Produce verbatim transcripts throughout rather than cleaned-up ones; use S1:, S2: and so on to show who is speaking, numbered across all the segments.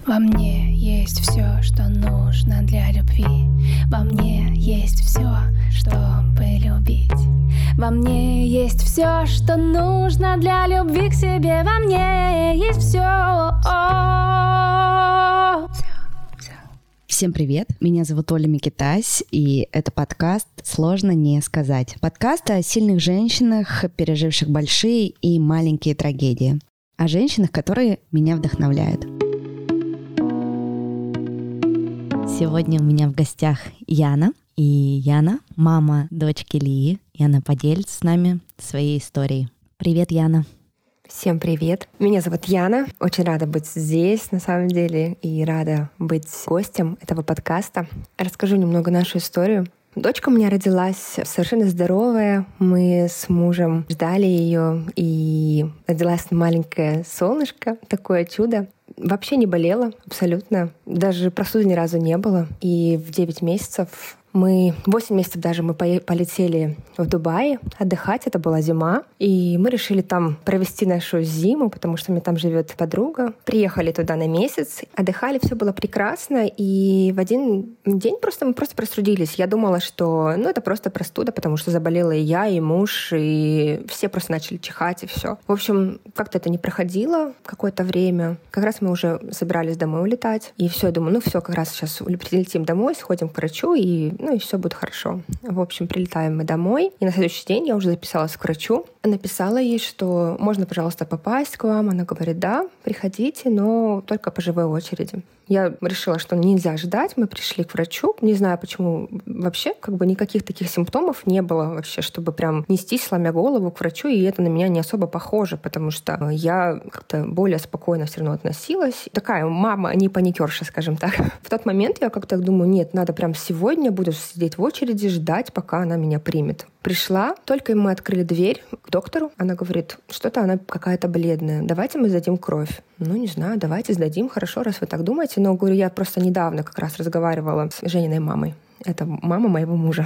S1: Во мне есть все, что нужно для любви. Во мне есть все, чтобы любить. Во мне есть все, что нужно для любви к себе. Во мне есть все.
S2: Всем привет, меня зовут Оля Микитась, и это подкаст «Сложно не сказать». Подкаст о сильных женщинах, переживших большие и маленькие трагедии. О женщинах, которые меня вдохновляют. Сегодня у меня в гостях Яна. И Яна — мама дочки Лии. Яна поделится с нами своей историей. Привет, Яна.
S3: Всем привет. Меня зовут Яна. Очень рада быть здесь, на самом деле, и рада быть гостем этого подкаста. Расскажу немного нашу историю. Дочка у меня родилась совершенно здоровая. Мы с мужем ждали ее, и родилась маленькое солнышко, такое чудо. Вообще не болела абсолютно. Даже простуды ни разу не было. И в девять месяцев мы, восемь месяцев даже мы полетели в Дубай отдыхать, это была зима, и мы решили там провести нашу зиму, потому что у меня там живет подруга. Приехали туда на месяц, отдыхали, все было прекрасно, и в один день просто мы просто простудились. Я думала, что ну, это просто простуда, потому что заболела и я, и муж, и все просто начали чихать, и все. В общем, как-то это не проходило какое-то время. Как раз мы уже собирались домой улетать, и все, я думаю, ну все, как раз сейчас прилетим домой, сходим к врачу, и ну и все будет хорошо. В общем, прилетаем мы домой, и на следующий день я уже записалась к врачу. Написала ей, что можно, пожалуйста, попасть к вам. Она говорит, да, приходите, но только по живой очереди. Я решила, что нельзя ждать. Мы пришли к врачу. Не знаю, почему вообще как бы никаких таких симптомов не было вообще, чтобы прям нестись, сломя голову к врачу. И это на меня не особо похоже, потому что я как-то более спокойно все равно относилась. Такая мама, не паникерша, скажем так. В тот момент я как-то думаю, нет, надо прям сегодня буду сидеть в очереди, ждать, пока она меня примет. Пришла, только мы открыли дверь к доктору. Она говорит, что-то она какая-то бледная. Давайте мы сдадим кровь. Ну, не знаю, давайте сдадим. Хорошо, раз вы так думаете. Но, говорю, я просто недавно как раз разговаривала с Жениной мамой. Это мама моего мужа.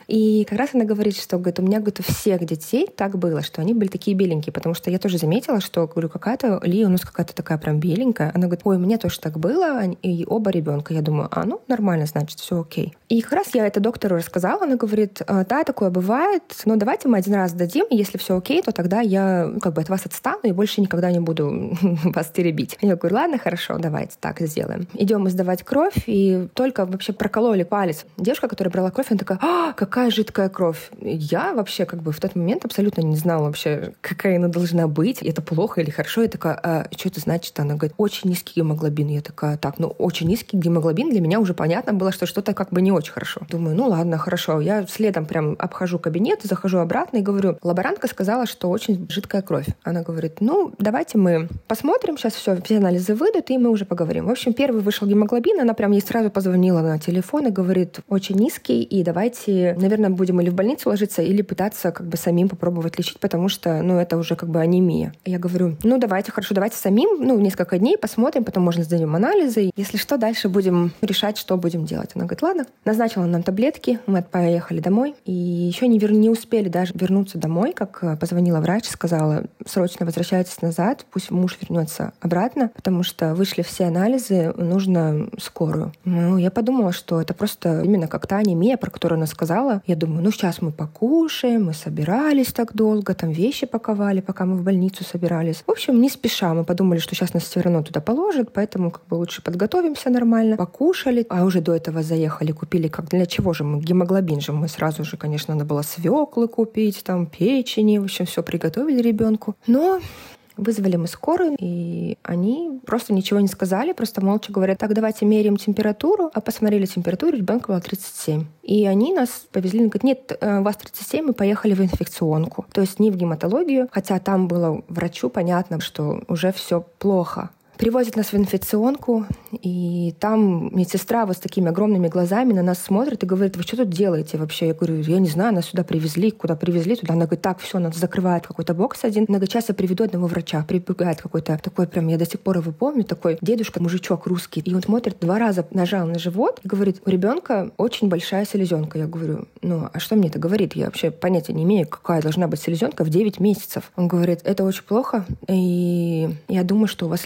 S3: И как раз она говорит, что говорит, у меня говорит, у всех детей так было, что они были такие беленькие, потому что я тоже заметила, что, говорю, какая-то Лия у нас какая-то такая прям беленькая. Она говорит, ой, мне тоже так было, и оба ребенка. Я думаю, а, ну, нормально, значит, все окей. И как раз я это доктору рассказала, она говорит, да, такое бывает, но давайте мы один раз дадим, и если все окей, то тогда я ну, как бы от вас отстану и больше никогда не буду вас теребить. Я говорю, ладно, хорошо, давайте так сделаем. Идем мы сдавать кровь, и только вообще прокололи палец. Девушка, которая брала кровь, она такая, а, какая жидкая кровь. Я вообще как бы в тот момент абсолютно не знала вообще, какая она должна быть. Это плохо или хорошо. Я такая, а, что это значит? Она говорит, очень низкий гемоглобин. Я такая, так, ну очень низкий гемоглобин. Для меня уже понятно было, что что-то как бы не очень хорошо. Думаю, ну ладно, хорошо. Я следом прям обхожу кабинет, захожу обратно и говорю, лаборантка сказала, что очень жидкая кровь. Она говорит, ну давайте мы посмотрим, сейчас все, все анализы выйдут, и мы уже поговорим. В общем, первый вышел гемоглобин, она прям ей сразу позвонила на телефон и говорит, очень низкий, и давайте, наверное, будем или в больницу ложиться, или пытаться как бы самим попробовать лечить, потому что, ну, это уже как бы анемия. Я говорю, ну, давайте, хорошо, давайте самим, ну, несколько дней посмотрим, потом, можно, сдадим анализы. Если что, дальше будем решать, что будем делать. Она говорит, ладно. Назначила нам таблетки, мы поехали домой, и еще не, вер... не успели даже вернуться домой, как позвонила врач, сказала, срочно возвращайтесь назад, пусть муж вернется обратно, потому что вышли все анализы, нужно скорую. Ну, я подумала, что это просто именно как та анемия, про которую она сказала. Я думаю, ну сейчас мы покушаем, мы собирались так долго, там вещи паковали, пока мы в больницу собирались. В общем, не спеша. Мы подумали, что сейчас нас все равно туда положат, поэтому как бы лучше подготовимся нормально. Покушали, а уже до этого заехали, купили, как для чего же мы, гемоглобин же мы сразу же, конечно, надо было свеклы купить, там печени, в общем, все приготовили ребенку. Но вызвали мы скорую, и они просто ничего не сказали, просто молча говорят, так, давайте меряем температуру. А посмотрели температуру, ребенку было тридцать семь. И они нас повезли, говорят, нет, у вас тридцать семь, мы поехали в инфекционку. То есть не в гематологию, хотя там было врачу понятно, что уже все плохо. Привозят нас в инфекционку, и там медсестра вот с такими огромными глазами на нас смотрит и говорит, вы что тут делаете вообще? Я говорю, я не знаю, нас сюда привезли, куда привезли, туда. Она говорит, так, все, нас закрывает какой-то бокс один. Она говорит, сейчас я приведу одного врача. Прибегает какой-то такой, прям, я до сих пор его помню, такой дедушка, мужичок русский. И он смотрит, два раза нажал на живот и говорит, у ребенка очень большая селезенка. Я говорю, ну, а что мне это говорит? Я вообще понятия не имею, какая должна быть селезенка в девять месяцев. Он говорит, это очень плохо, и я думаю, что у вас лейкоз.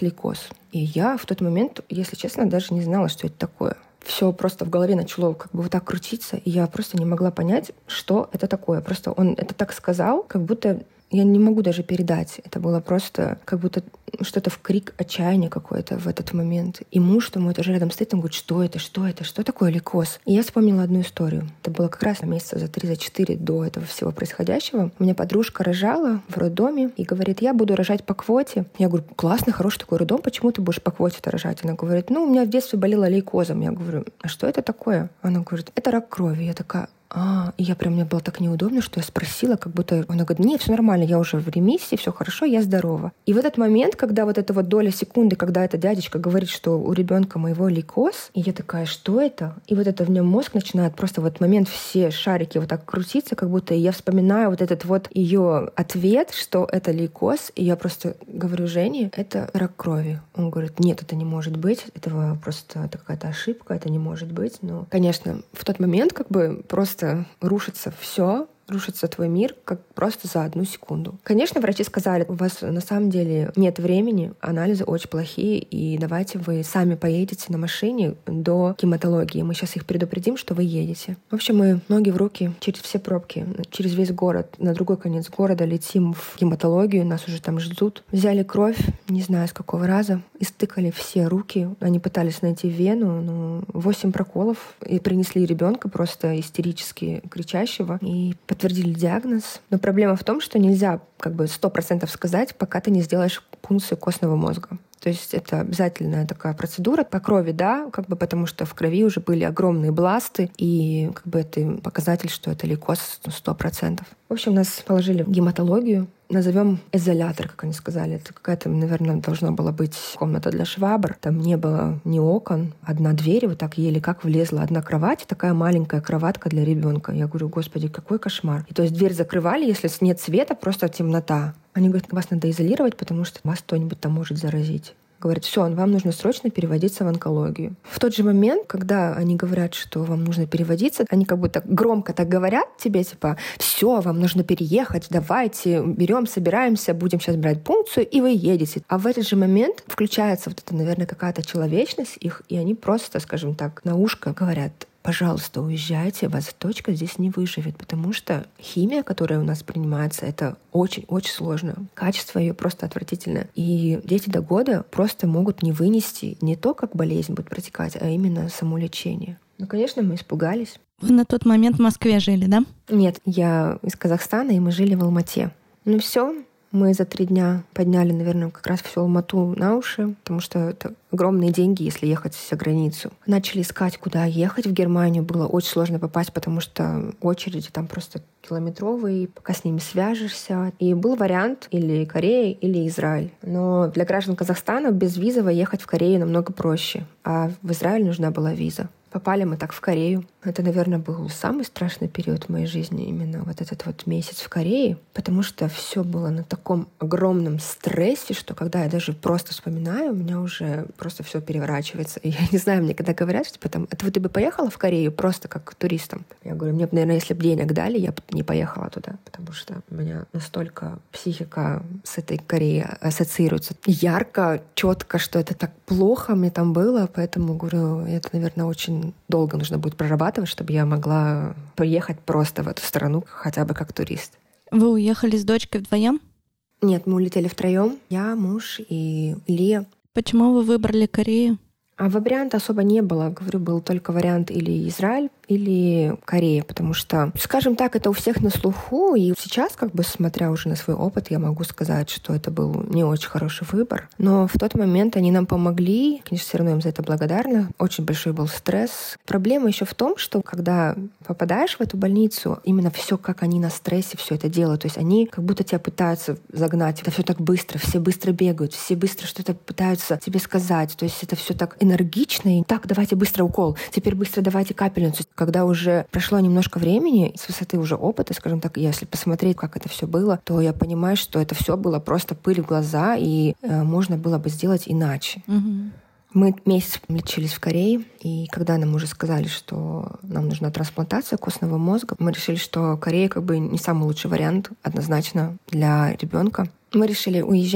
S3: И я в тот момент, если честно, даже не знала, что это такое. Все просто в голове начало как бы вот так крутиться, и я просто не могла понять, что это такое. Просто он это так сказал, как будто я не могу даже передать. Это было просто как будто что-то в крик отчаяния какое-то в этот момент. И муж, что мой тоже рядом стоит, он говорит, что это, что это, что такое лейкоз? И я вспомнила одну историю. Это было как раз месяца за три, за четыре до этого всего происходящего. У меня подружка рожала в роддоме и говорит, я буду рожать по квоте. Я говорю, классный, хороший такой роддом, почему ты будешь по квоте-то рожать? Она говорит, ну, у меня в детстве болела лейкозом. Я говорю, а что это такое? Она говорит, это рак крови. Я такая, а, и я прям, мне было так неудобно, что я спросила, как будто она говорит, нет, все нормально, я уже в ремиссии, все хорошо, я здорова. И в этот момент, когда вот эта вот доля секунды, когда эта дядечка говорит, что у ребенка моего лейкоз, и я такая, что это? И вот это в нем мозг начинает просто в этот момент все шарики вот так крутиться, как будто я вспоминаю вот этот вот ее ответ, что это лейкоз, и я просто говорю, Жене, это рак крови. Он говорит, нет, это не может быть, этого просто это какая-то ошибка, это не может быть. Но, конечно, в тот момент как бы просто рушится все, рушится твой мир, как просто за одну секунду. Конечно, врачи сказали, у вас на самом деле нет времени, анализы очень плохие, и давайте вы сами поедете на машине до гематологии. Мы сейчас их предупредим, что вы едете. В общем, мы ноги в руки через все пробки, через весь город, на другой конец города летим в гематологию, нас уже там ждут. Взяли кровь, не знаю с какого раза, истыкали все руки. Они пытались найти вену, но восемь проколов, и принесли ребенка просто истерически кричащего, и подтвердили диагноз. Но проблема в том, что нельзя как бы сто процентов сказать, пока ты не сделаешь пункцию костного мозга. То есть это обязательная такая процедура. По крови, да, как бы потому что в крови уже были огромные бласты, и как бы это показатель, что это лейкоз сто процентов. В общем, нас положили в гематологию. Назовем изолятор, как они сказали. Это какая-то, наверное, должна была быть комната для швабр. Там не было ни окон, одна дверь, вот так еле как влезла одна кровать, такая маленькая кроватка для ребенка. Я говорю, господи, какой кошмар. И то есть дверь закрывали, если нет света, просто темнота. Они говорят, вас надо изолировать, потому что вас кто-нибудь там может заразить. Говорят, все, вам нужно срочно переводиться в онкологию. В тот же момент, когда они говорят, что вам нужно переводиться, они как будто громко так говорят тебе, типа, все, вам нужно переехать, давайте, берем, собираемся, будем сейчас брать пункцию, и вы едете. А в этот же момент включается вот это, наверное, какая-то человечность их, и они просто, скажем так, на ушко говорят, пожалуйста, уезжайте, ваша дочка здесь не выживет, потому что химия, которая у нас принимается, это очень-очень сложно. Качество ее просто отвратительное. И дети до года просто могут не вынести не то, как болезнь будет протекать, а именно само лечение. Ну, конечно, мы испугались.
S4: Вы на тот момент в Москве жили, да?
S3: Нет, я из Казахстана, и мы жили в Алмате. Ну все. Мы за три дня подняли, наверное, как раз всю Алмату на уши, потому что это огромные деньги, если ехать за границу. Начали искать, куда ехать в Германию. Было очень сложно попасть, потому что очереди там просто километровые, пока с ними свяжешься. И был вариант или Корея, или Израиль. Но для граждан Казахстана безвизово ехать в Корею намного проще, а в Израиль нужна была виза. Попали мы так в Корею. Это, наверное, был самый страшный период в моей жизни, именно вот этот вот месяц в Корее, потому что все было на таком огромном стрессе, что когда я даже просто вспоминаю, у меня уже просто все переворачивается. И я не знаю, мне когда говорят, типа там, это вот ты бы поехала в Корею просто как туристом? Я говорю, мне бы, наверное, если бы денег дали, я бы не поехала туда, потому что у меня настолько психика с этой Кореей ассоциируется ярко, четко, что это так плохо мне там было, поэтому, говорю, это, наверное, очень долго нужно будет прорабатывать, чтобы я могла приехать просто в эту страну хотя бы как турист.
S4: Вы уехали с дочкой вдвоем?
S3: Нет, мы улетели втроем. Я, муж и Илья.
S4: Почему вы выбрали Корею?
S3: А варианта особо не было. Говорю, был только вариант или Израиль, или Корея, потому что, скажем так, это у всех на слуху, и сейчас, как бы, смотря уже на свой опыт, я могу сказать, что это был не очень хороший выбор. Но в тот момент они нам помогли, конечно, все равно им за это благодарна. Очень большой был стресс. Проблема еще в том, что когда попадаешь в эту больницу, именно все, как они на стрессе все это делают, то есть они как будто тебя пытаются загнать, это все так быстро, все быстро бегают, все быстро что-то пытаются тебе сказать, то есть это все так энергично, и так, давайте быстро укол, теперь быстро давайте капельницу. Когда уже прошло немножко времени, с высоты уже опыта, скажем так, если посмотреть, как это все было, то я понимаю, что это все было просто пыль в глаза, и э, можно было бы сделать иначе.
S4: Угу.
S3: Мы месяц лечились в Корее, и когда нам уже сказали, что нам нужна трансплантация костного мозга, мы решили, что Корея как бы не самый лучший вариант однозначно для ребенка. Мы решили уезжать.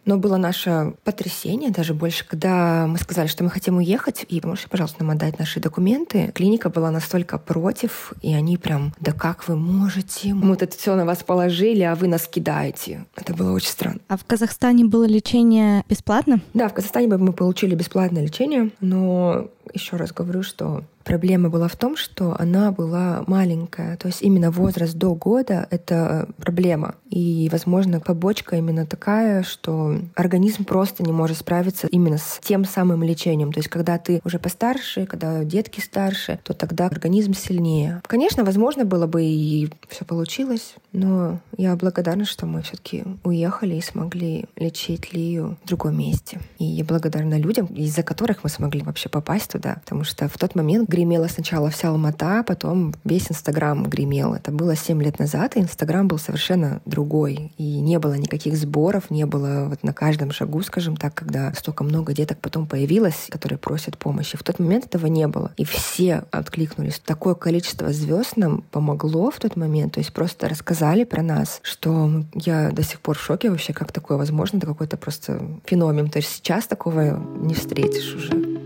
S3: Но было наше потрясение даже больше, когда мы сказали, что мы хотим уехать, и можете, пожалуйста, нам отдать наши документы. Клиника была настолько против, и они прям: да как вы можете? Мы вот это все на вас положили, а вы нас кидаете. Это было очень странно.
S4: А в Казахстане было лечение бесплатно?
S3: Да, в Казахстане мы получили бесплатное лечение, но еще раз говорю, что проблема была в том, что она была маленькая. То есть именно возраст до года — это проблема. И, возможно, побочка именно такая, что организм просто не может справиться именно с тем самым лечением. То есть когда ты уже постарше, когда детки старше, то тогда организм сильнее. Конечно, возможно, было бы и все получилось, но я благодарна, что мы все-таки уехали и смогли лечить Лию в другом месте. И я благодарна людям, из-за которых мы смогли вообще попасть туда, потому что в тот момент гремела сначала вся Алмата, потом весь Инстаграм гремел. Это было семь лет назад, и Инстаграм был совершенно другой. И не было никаких сборов, не было вот на каждом шагу, скажем так, когда столько много деток потом появилось, которые просят помощи. В тот момент этого не было. И все откликнулись. Такое количество звезд нам помогло в тот момент. То есть просто рассказали про нас, что я до сих пор в шоке вообще, как такое возможно. Это какой-то просто феномен. То есть сейчас такого не встретишь уже.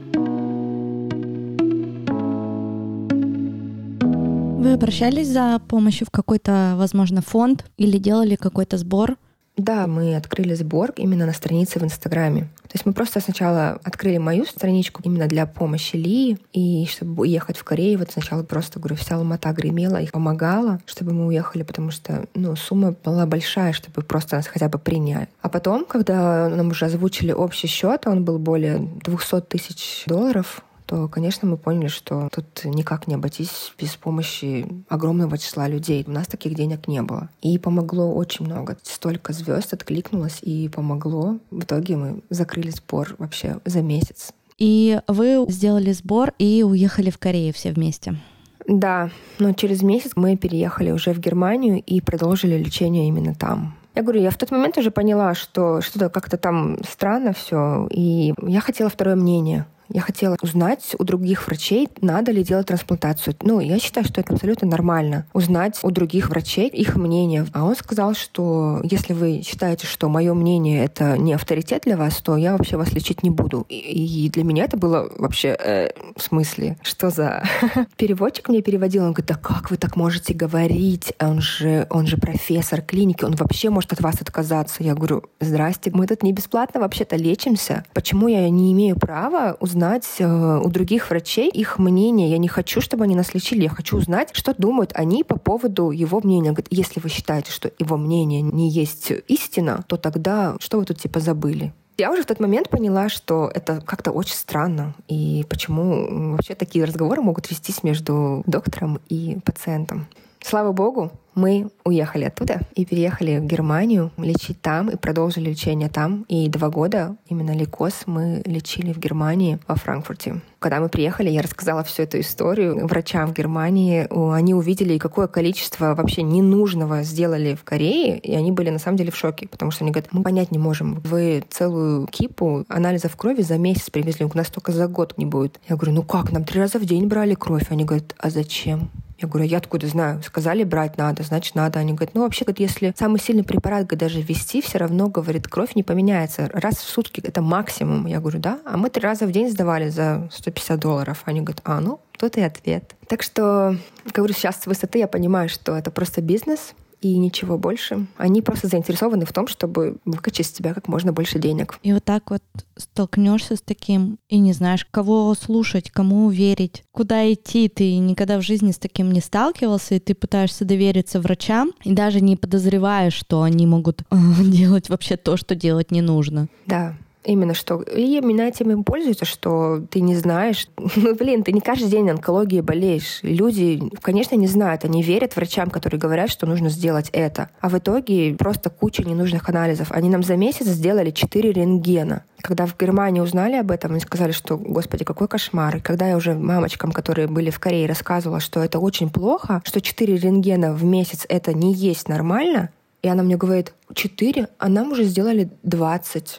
S4: Вы обращались за помощью в какой-то, возможно, фонд или делали какой-то сбор?
S3: Да, мы открыли сбор именно на странице в Инстаграме. То есть мы просто сначала открыли мою страничку именно для помощи Лии, и чтобы уехать в Корею, вот сначала просто, говорю, вся Алмата гремела и помогала, чтобы мы уехали, потому что, ну, сумма была большая, чтобы просто нас хотя бы приняли. А потом, когда нам уже озвучили общий счет, он был более двести тысяч долларов, то, конечно, мы поняли, что тут никак не обойтись без помощи огромного числа людей. У нас таких денег не было. И помогло очень много. Столько звезд откликнулось и помогло. В итоге мы закрыли сбор вообще за месяц.
S4: И вы сделали сбор и уехали в Корею все вместе?
S3: Да, но через месяц мы переехали уже в Германию и продолжили лечение именно там. Я говорю, я в тот момент уже поняла, что что-то как-то там странно все, и я хотела второе мнение. Я хотела узнать у других врачей, надо ли делать трансплантацию. Ну, я считаю, что это абсолютно нормально. Узнать у других врачей их мнение. А он сказал, что если вы считаете, что мое мнение — это не авторитет для вас, то я вообще вас лечить не буду. И для меня это было вообще... Э, в смысле? Что за... Переводчик мне переводил. Он говорит, да как вы так можете говорить? Он же, он же профессор клиники, он вообще может от вас отказаться. Я говорю, здрасте, мы тут не бесплатно вообще-то лечимся. Почему я не имею права узнать Узнать у других врачей их мнение? Я не хочу, чтобы они нас лечили. Я хочу узнать, что думают они по поводу его мнения. Говорит, если вы считаете, что его мнение не есть истина, то тогда что вы тут типа забыли? Я уже в тот момент поняла, что это как-то очень странно. И почему вообще такие разговоры могут вестись между доктором и пациентом. Слава богу, мы уехали оттуда и переехали в Германию лечить там и продолжили лечение там. И два года именно лейкоз мы лечили в Германии, во Франкфурте. Когда мы приехали, я рассказала всю эту историю врачам в Германии. Они увидели, какое количество вообще ненужного сделали в Корее, и они были на самом деле в шоке, потому что они говорят, мы понять не можем. Вы целую кипу анализов крови за месяц привезли, у нас только за год не будет. Я говорю, ну как, нам три раза в день брали кровь. Они говорят, а зачем? Я говорю, я откуда знаю? Сказали, брать надо, значит, надо. Они говорят, ну, вообще, если самый сильный препарат даже ввести, все равно, говорит, кровь не поменяется. Раз в сутки это максимум. Я говорю, да. А мы три раза в день сдавали за сто пятьдесят долларов. Они говорят, а, ну, тут и ответ. Так что, говорю, сейчас с высоты я понимаю, что это просто бизнес, и ничего больше. Они просто заинтересованы в том, чтобы выкачать из тебя как можно больше денег.
S4: И вот так вот столкнешься с таким, и не знаешь, кого слушать, кому верить, куда идти. Ты никогда в жизни с таким не сталкивался, и ты пытаешься довериться врачам, и даже не подозреваешь, что они могут делать вообще то, что делать не нужно.
S3: Да. Именно что. И именно этим им пользуются, что ты не знаешь. Ну, блин, ты не каждый день онкологией болеешь. Люди, конечно, не знают. Они верят врачам, которые говорят, что нужно сделать это. А в итоге просто куча ненужных анализов. Они нам за месяц сделали четыре рентгена. Когда в Германии узнали об этом, они сказали, что, господи, какой кошмар. И когда я уже мамочкам, которые были в Корее, рассказывала, что это очень плохо, что четыре рентгена в месяц — это не есть нормально, и она мне говорит, четыре, а нам уже сделали двадцать.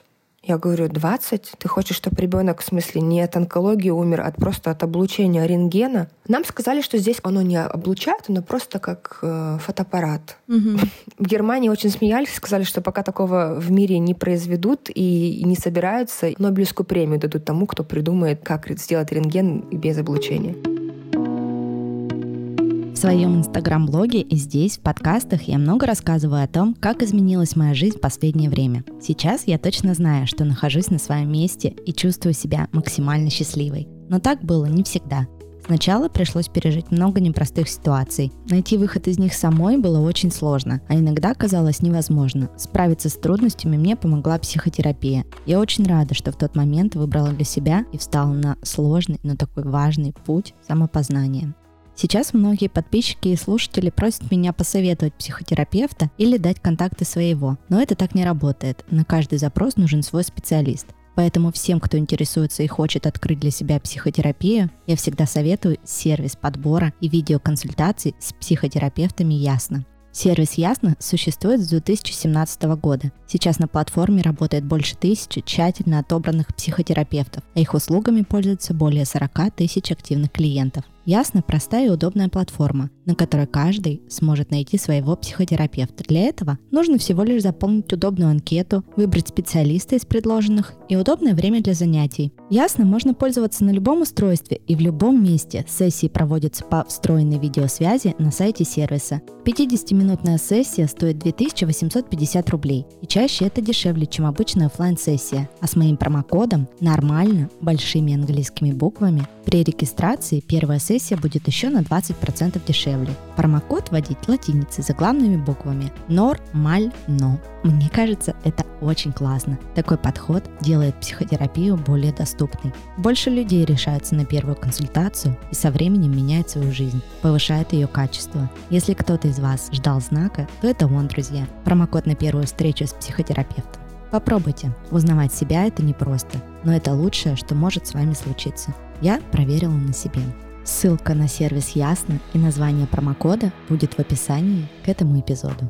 S3: Я говорю, двадцать? Ты хочешь, чтобы ребенок, в смысле, не от онкологии умер, а просто от облучения рентгена? Нам сказали, что здесь оно не облучает, оно просто как э, фотоаппарат.
S4: Угу.
S3: В Германии очень смеялись, сказали, что пока такого в мире не произведут и не собираются, Нобелевскую премию дадут тому, кто придумает, как сделать рентген без облучения.
S2: В своем инстаграм-блоге и здесь, в подкастах, я много рассказываю о том, как изменилась моя жизнь в последнее время. Сейчас я точно знаю, что нахожусь на своем месте и чувствую себя максимально счастливой. Но так было не всегда. Сначала пришлось пережить много непростых ситуаций. Найти выход из них самой было очень сложно, а иногда казалось невозможно. Справиться с трудностями мне помогла психотерапия. Я очень рада, что в тот момент выбрала для себя и встала на сложный, но такой важный путь самопознания. Сейчас многие подписчики и слушатели просят меня посоветовать психотерапевта или дать контакты своего, но это так не работает. На каждый запрос нужен свой специалист. Поэтому всем, кто интересуется и хочет открыть для себя психотерапию, я всегда советую сервис подбора и видеоконсультаций с психотерапевтами «Ясно». Сервис «Ясно» существует с две тысячи семнадцатого года. Сейчас на платформе работает больше тысячи тщательно отобранных психотерапевтов, а их услугами пользуются более сорок тысяч активных клиентов. «Ясно» – простая и удобная платформа, на которой каждый сможет найти своего психотерапевта. Для этого нужно всего лишь заполнить удобную анкету, выбрать специалиста из предложенных и удобное время для занятий. «Ясно» можно пользоваться на любом устройстве и в любом месте. Сессии проводятся по встроенной видеосвязи на сайте сервиса. пятидесятиминутная сессия стоит две тысячи восемьсот пятьдесят рублей, и чаще это дешевле, чем обычная офлайн-сессия. А с моим промокодом «Нормально» большими английскими буквами при регистрации первая сессия будет еще на двадцать процентов дешевле. Промокод вводить латиницей заглавными буквами «Нормально». Мне кажется, это очень классно. Такой подход делает психотерапию более доступной. Больше людей решаются на первую консультацию и со временем меняют свою жизнь, повышает ее качество. Если кто-то из вас ждал знака, то это он, друзья. Промокод на первую встречу с психотерапевтом. Попробуйте. Узнавать себя – это непросто, но это лучшее, что может с вами случиться. Я проверила на себе. Ссылка на сервис «Ясно» и название промокода будет в описании к этому эпизоду.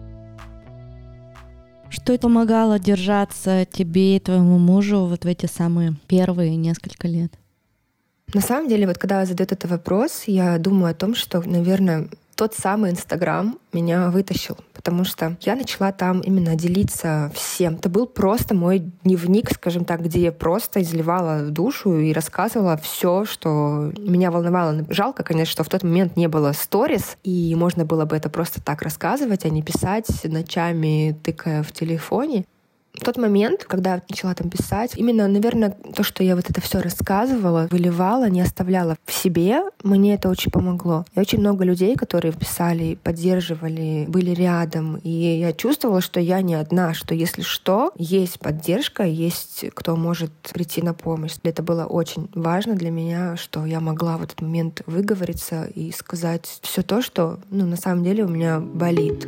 S4: Что помогало держаться тебе и твоему мужу вот в эти самые первые несколько лет?
S3: На самом деле, вот когда задают этот вопрос, я думаю о том, что, наверное, тот самый Инстаграм меня вытащил, потому что я начала там именно делиться всем. Это был просто мой дневник, скажем так, где я просто изливала душу и рассказывала все, что меня волновало. Жалко, конечно, что в тот момент не было сторис, и можно было бы это просто так рассказывать, а не писать ночами, тыкая в телефоне. В тот момент, когда я начала там писать, именно, наверное, то, что я вот это все рассказывала, выливала, не оставляла в себе, мне это очень помогло. И очень много людей, которые писали, поддерживали, были рядом. И я чувствовала, что я не одна, что если что, есть поддержка, есть кто может прийти на помощь. Это было очень важно для меня, что я могла в этот момент выговориться и сказать все то, что, ну, на самом деле у меня болит.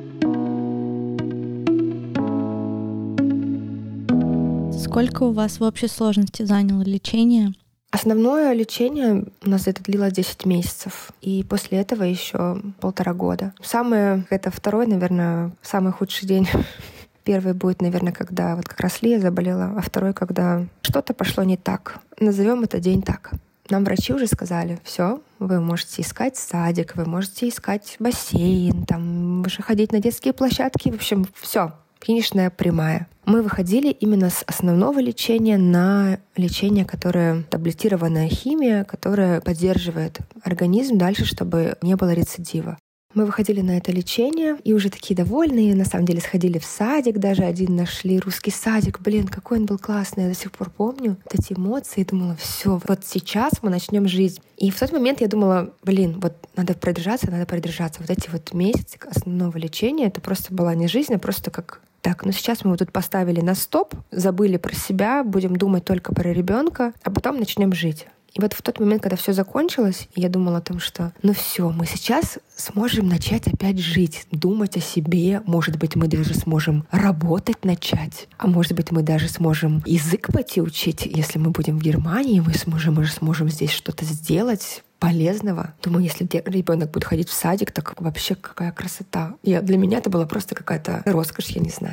S4: Сколько у вас в общей сложности заняло лечение?
S3: Основное лечение у нас это длилось десять месяцев. И после этого еще полтора года. Самое, это второй, наверное, самый худший день. Первый будет, наверное, когда вот как раз Лия заболела, а второй, когда что-то пошло не так. Назовем это день так. Нам врачи уже сказали, все, вы можете искать садик, вы можете искать бассейн, там, уже ходить на детские площадки, в общем, все. Финишная прямая. Мы выходили именно с основного лечения на лечение, которое таблетированная химия, которая поддерживает организм дальше, чтобы не было рецидива. Мы выходили на это лечение и уже такие довольные, на самом деле сходили в садик, даже один нашли, русский садик. Блин, какой он был классный, я до сих пор помню вот эти эмоции. И думала, все, вот сейчас мы начнем жизнь. И в тот момент я думала, блин, вот надо продержаться, надо продержаться. Вот эти вот месяцы основного лечения, это просто была не жизнь, а просто как так, ну сейчас мы вот тут поставили на стоп, забыли про себя, будем думать только про ребенка, а потом начнем жить. И вот в тот момент, когда все закончилось, я думала о том, что ну все, мы сейчас сможем начать опять жить, думать о себе. Может быть, мы даже сможем работать начать. А может быть, мы даже сможем язык пойти учить. Если мы будем в Германии, мы сможем, мы же сможем здесь что-то сделать полезного. Думаю, если ребенок будет ходить в садик, так вообще какая красота. И для меня это была просто какая-то роскошь, я не знаю.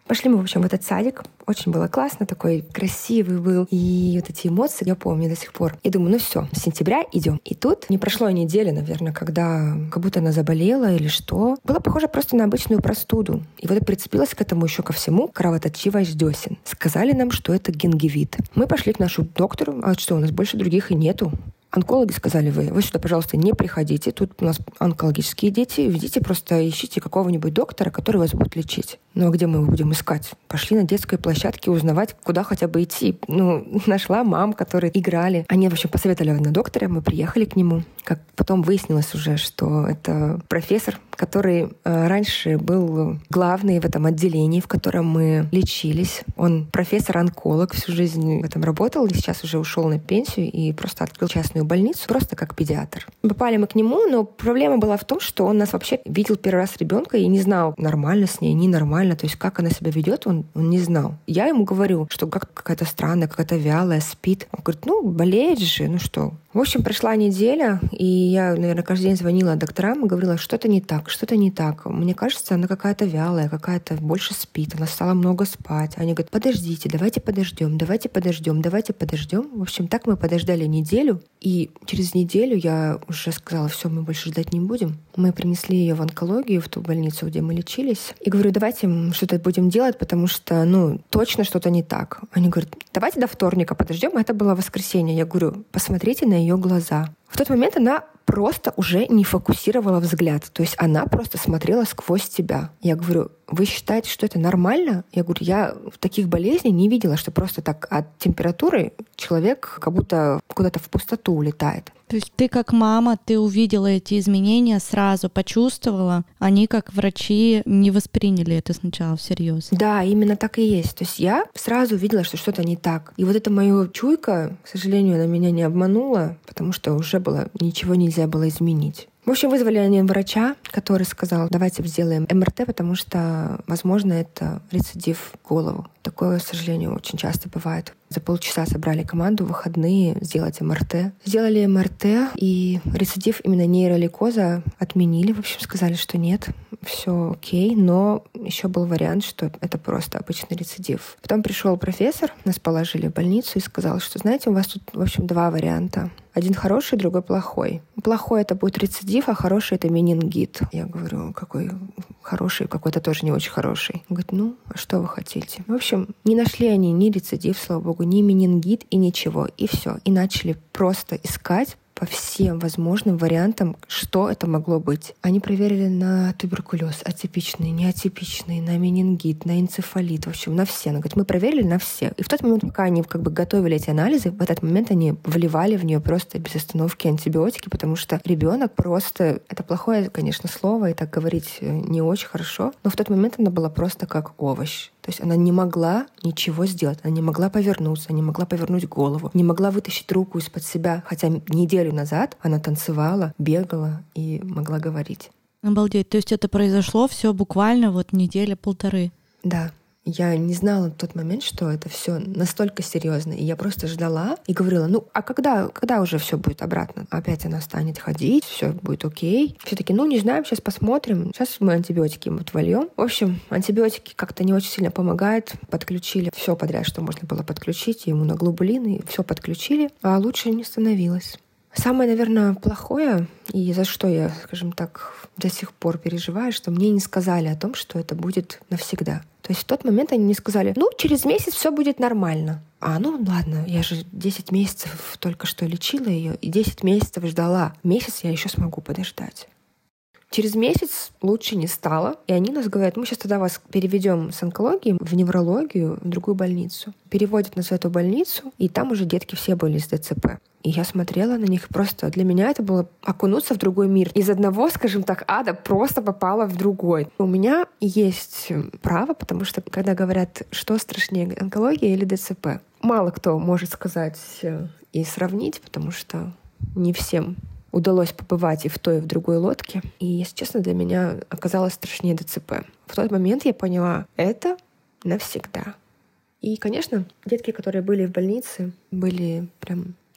S3: Пошли мы, в общем, в этот садик. Очень было классно, такой красивый был. И вот эти эмоции я помню до сих пор. И думаю, ну все, с сентября идем. И тут не прошло и недели, наверное, когда как будто она заболела или что. Было похоже просто на обычную простуду. И вот я прицепилась к этому еще ко всему, кровоточивость десен. Сказали нам, что это гингивит. Мы пошли к нашему доктору. А что, у нас больше других и нету. Онкологи сказали, вы, вы сюда, пожалуйста, не приходите. Тут у нас онкологические дети. Ведите, просто ищите какого-нибудь доктора, который вас будет лечить. Ну а где мы его будем искать? Пошли на детской площадке узнавать, куда хотя бы идти. Ну, нашла мам, которые играли. Они, в общем, посоветовали на доктора. Мы приехали к нему. Как потом выяснилось уже, что это профессор, который э, раньше был главный в этом отделении, в котором мы лечились. Он профессор-онколог, всю жизнь в этом работал, и сейчас уже ушел на пенсию и просто открыл частную больницу, просто как педиатр. Попали мы к нему, но проблема была в том, что он нас вообще видел первый раз ребенка и не знал, нормально с ней, ненормально, то есть как она себя ведет, он, он не знал. Я ему говорю, что как какая-то странная, какая-то вялая, спит. Он говорит, ну, болеет же, ну что. В общем, прошла неделя, и я, наверное, каждый день звонила докторам и говорила, что-то не так, что-то не так. Мне кажется, она какая-то вялая, какая-то больше спит, она стала много спать. Они говорят, подождите, давайте подождем, давайте подождем, давайте подождем. В общем, так мы подождали неделю, и через неделю я уже сказала, все, мы больше ждать не будем. Мы принесли ее в онкологию, в ту больницу, где мы лечились. И говорю, давайте что-то будем делать, потому что, ну, точно что-то не так. Они говорят, давайте до вторника подождем. Это было воскресенье. Я говорю, посмотрите на ее глаза. В тот момент она просто уже не фокусировала взгляд. То есть она просто смотрела сквозь тебя. Я говорю, вы считаете, что это нормально? Я говорю, я в таких болезней не видела, что просто так от температуры человек как будто куда-то в пустоту улетает.
S4: То есть ты как мама, ты увидела эти изменения сразу, почувствовала, они как врачи не восприняли это сначала всерьез.
S3: Да, именно так и есть. То есть я сразу увидела, что что-то не так. И вот эта моя чуйка, к сожалению, она меня не обманула, потому что уже было ничего нельзя было изменить. В общем, вызвали они врача, который сказал, давайте сделаем эм эр тэ, потому что, возможно, это рецидив в голову. Такое, к сожалению, очень часто бывает. За полчаса собрали команду в выходные сделать эм эр тэ. Сделали эм эр тэ, и рецидив именно нейролейкоза отменили. В общем, сказали, что нет, все окей, но еще был вариант, что это просто обычный рецидив. Потом пришел профессор, нас положили в больницу и сказал, что, знаете, у вас тут, в общем, два варианта. Один хороший, другой плохой. Плохой — это будет рецидив, а хороший — это менингит. Я говорю, какой хороший, какой-то тоже не очень хороший. Он говорит, ну, а что вы хотите? В общем, не нашли они ни рецидив, слава богу, ни менингит и ничего. И все. И начали просто искать по всем возможным вариантам, что это могло быть. Они проверили на туберкулез, атипичный, неатипичный, на менингит, на энцефалит, в общем, на все. Она говорит, мы проверили на все. И в тот момент, пока они как бы готовили эти анализы, в этот момент они вливали в нее просто без остановки антибиотики, потому что ребенок просто... Это плохое, конечно, слово, и так говорить не очень хорошо, но в тот момент она была просто как овощ. То есть она не могла ничего сделать, она не могла повернуться, не могла повернуть голову, не могла вытащить руку из-под себя, хотя неделю назад она танцевала, бегала и могла говорить.
S4: Обалдеть, то есть это произошло все буквально вот неделя-полторы.
S3: Да. Я не знала в тот момент, что это все настолько серьезно. И я просто ждала и говорила, ну, а когда, когда уже все будет обратно? Опять она станет ходить, все будет окей. Все таки, ну, не знаем, сейчас посмотрим. Сейчас мы антибиотики вот вольем. В общем, антибиотики как-то не очень сильно помогают. Подключили все подряд, что можно было подключить, и иммуноглобулины, все подключили, а лучше не становилось. Самое, наверное, плохое, и за что я, скажем так, до сих пор переживаю, что мне не сказали о том, что это будет навсегда. То есть в тот момент они мне сказали, ну, через месяц все будет нормально. А, ну ладно, я же десять месяцев только что лечила ее, и десять месяцев ждала. Месяц я еще смогу подождать. Через месяц лучше не стало, и они нас говорят, мы сейчас тогда вас переведем с онкологии в неврологию, в другую больницу. Переводят нас в эту больницу, и там уже детки все были с дэ цэ пэ. И я смотрела на них, просто для меня это было окунуться в другой мир. Из одного, скажем так, ада просто попала в другой. У меня есть право, потому что когда говорят, что страшнее, онкология или дэ цэ пэ, мало кто может сказать и сравнить, потому что не всем удалось побывать и в той, и в другой лодке. И, если честно, для меня оказалось страшнее дэ цэ пэ. В тот момент я поняла, это навсегда. И, конечно, детки, которые были в больнице, были прям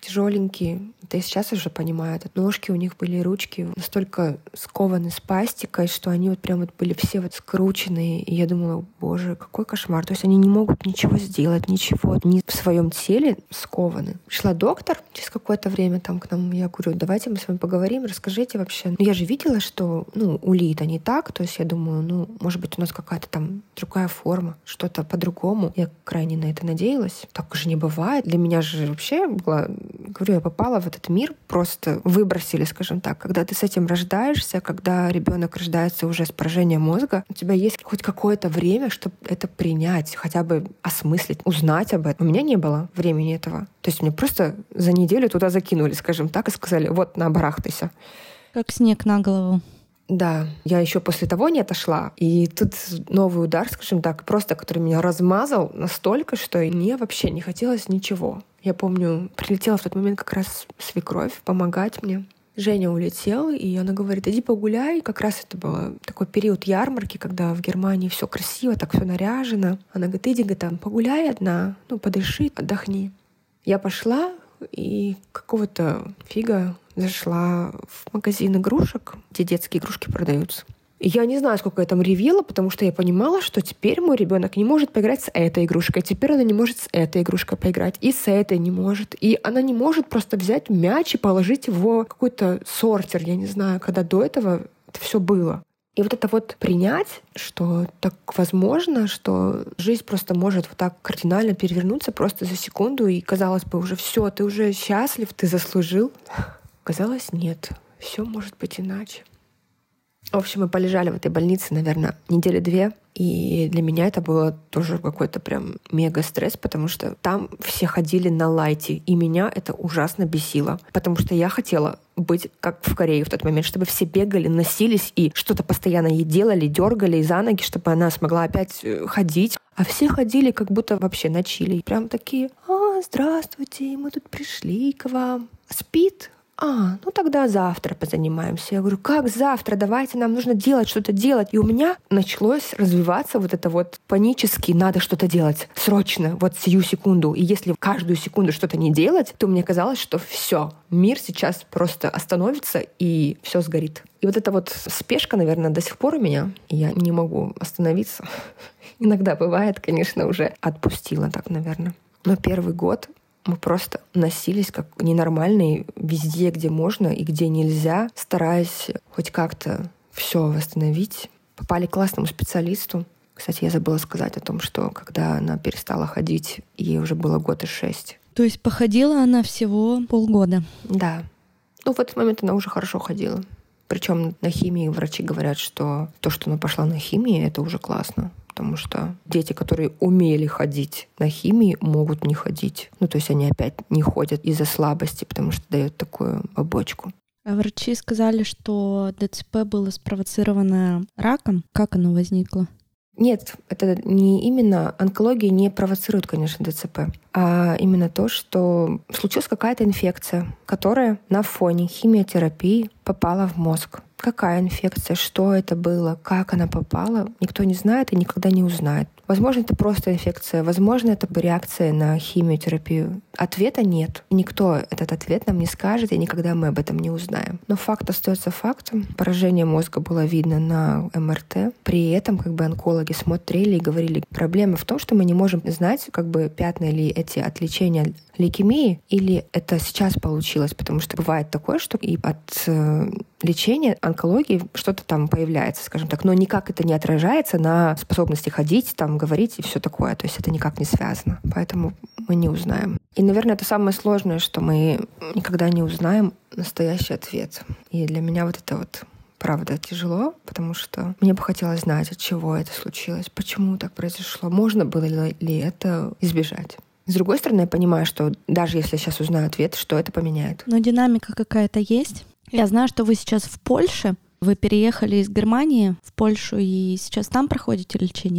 S3: тяжеленькие. Это я сейчас уже понимаю. Ножки у них были, ручки настолько скованы спастикой, что они вот прям вот были все вот скрученные. И я думала, боже, какой кошмар. То есть они не могут ничего сделать, ничего. Они в своем теле скованы. Пришла доктор через какое-то время там к нам. Я говорю, давайте мы с вами поговорим, расскажите вообще. Ну, я же видела, что ну, у Ли это не так. То есть я думаю, ну, может быть, у нас какая-то там другая форма, что-то по-другому. Я крайне на это надеялась. Так же не бывает. Для меня же вообще было... Говорю, я попала в этот мир, просто выбросили, скажем так. Когда ты с этим рождаешься, когда ребенок рождается уже с поражением мозга, у тебя есть хоть какое-то время, чтобы это принять, хотя бы осмыслить, узнать об этом. У меня не было времени этого. То есть мне просто за неделю туда закинули, скажем так, и сказали, вот, на, барахтайся.
S4: Как снег на голову.
S3: Да, я еще после того не отошла. И тут новый удар, скажем так, просто который меня размазал настолько, что мне вообще не хотелось ничего. Я помню, прилетела в тот момент как раз свекровь помогать мне. Женя улетел, и она говорит, иди погуляй. Как раз это был такой период ярмарки, когда в Германии все красиво, так все наряжено. Она говорит, иди, говорит, там погуляй одна, ну подыши, отдохни. Я пошла, и какого-то фига зашла в магазин игрушек, где детские игрушки продаются. И я не знаю, сколько я там ревела, потому что я понимала, что теперь мой ребенок не может поиграть с этой игрушкой, теперь она не может с этой игрушкой поиграть, и с этой не может. И она не может просто взять мяч и положить его в какой-то сортир, я не знаю, когда до этого это все было. И вот это вот принять, что так возможно, что жизнь просто может вот так кардинально перевернуться просто за секунду, и казалось бы, уже все, ты уже счастлив, ты заслужил. Казалось, нет, все может быть иначе. В общем, мы полежали в этой больнице, наверное, недели две. И для меня это было тоже какой-то прям мега-стресс, потому что там все ходили на лайте, и меня это ужасно бесило. Потому что я хотела быть как в Корее в тот момент, чтобы все бегали, носились и что-то постоянно ей делали, дергали за ноги, чтобы она смогла опять ходить. А все ходили как будто вообще на чили. Прям такие, а, здравствуйте, мы тут пришли к вам. Спит? А, ну тогда завтра позанимаемся. Я говорю, как завтра? Давайте, нам нужно делать, что-то делать. И у меня началось развиваться вот это вот панически, надо что-то делать срочно, вот сию секунду. И если каждую секунду что-то не делать, то мне казалось, что все, мир сейчас просто остановится и все сгорит. И вот эта вот спешка, наверное, до сих пор у меня. И я не могу остановиться. Иногда бывает, конечно, уже отпустила так, наверное. Но первый год мы просто носились как ненормальные везде, где можно и где нельзя, стараясь хоть как-то все восстановить. Попали к классному специалисту. Кстати, я забыла сказать о том, что когда она перестала ходить, ей уже было год и шесть.
S4: То есть походила она всего полгода?
S3: Да. Ну, в этот момент она уже хорошо ходила. Причем на химии врачи говорят, что то, что она пошла на химию, это уже классно. Потому что дети, которые умели ходить на химии, могут не ходить. Ну, то есть они опять не ходят из-за слабости, потому что дает такую побочку.
S4: А врачи сказали, что ДЦП было спровоцировано раком. Как оно возникло?
S3: Нет, это не именно... Онкология не провоцирует, конечно, ДЦП, а именно то, что случилась какая-то инфекция, которая на фоне химиотерапии попала в мозг. Какая инфекция, что это было, как она попала, никто не знает и никогда не узнает. Возможно, это просто инфекция, возможно, это реакция на химиотерапию. Ответа нет. Никто этот ответ нам не скажет, и никогда мы об этом не узнаем. Но факт остается фактом. Поражение мозга было видно на эм эр тэ. При этом как бы онкологи смотрели и говорили, проблема в том, что мы не можем знать, как бы пятна ли эти от лечения лейкемии, или это сейчас получилось, потому что бывает такое, что и от э, лечения онкологии что-то там появляется, скажем так, но никак это не отражается на способности ходить, там, говорить и все такое. То есть это никак не связано. Поэтому мы не узнаем. И, наверное, это самое сложное, что мы никогда не узнаем настоящий ответ. И для меня вот это вот правда тяжело, потому что мне бы хотелось знать, от чего это случилось, почему так произошло, можно было ли это избежать. С другой стороны, я понимаю, что даже если я сейчас узнаю ответ, что это поменяет.
S4: Но динамика какая-то есть. Я знаю, что вы сейчас в Польше. Вы переехали из Германии в Польшу и сейчас там проходите лечение?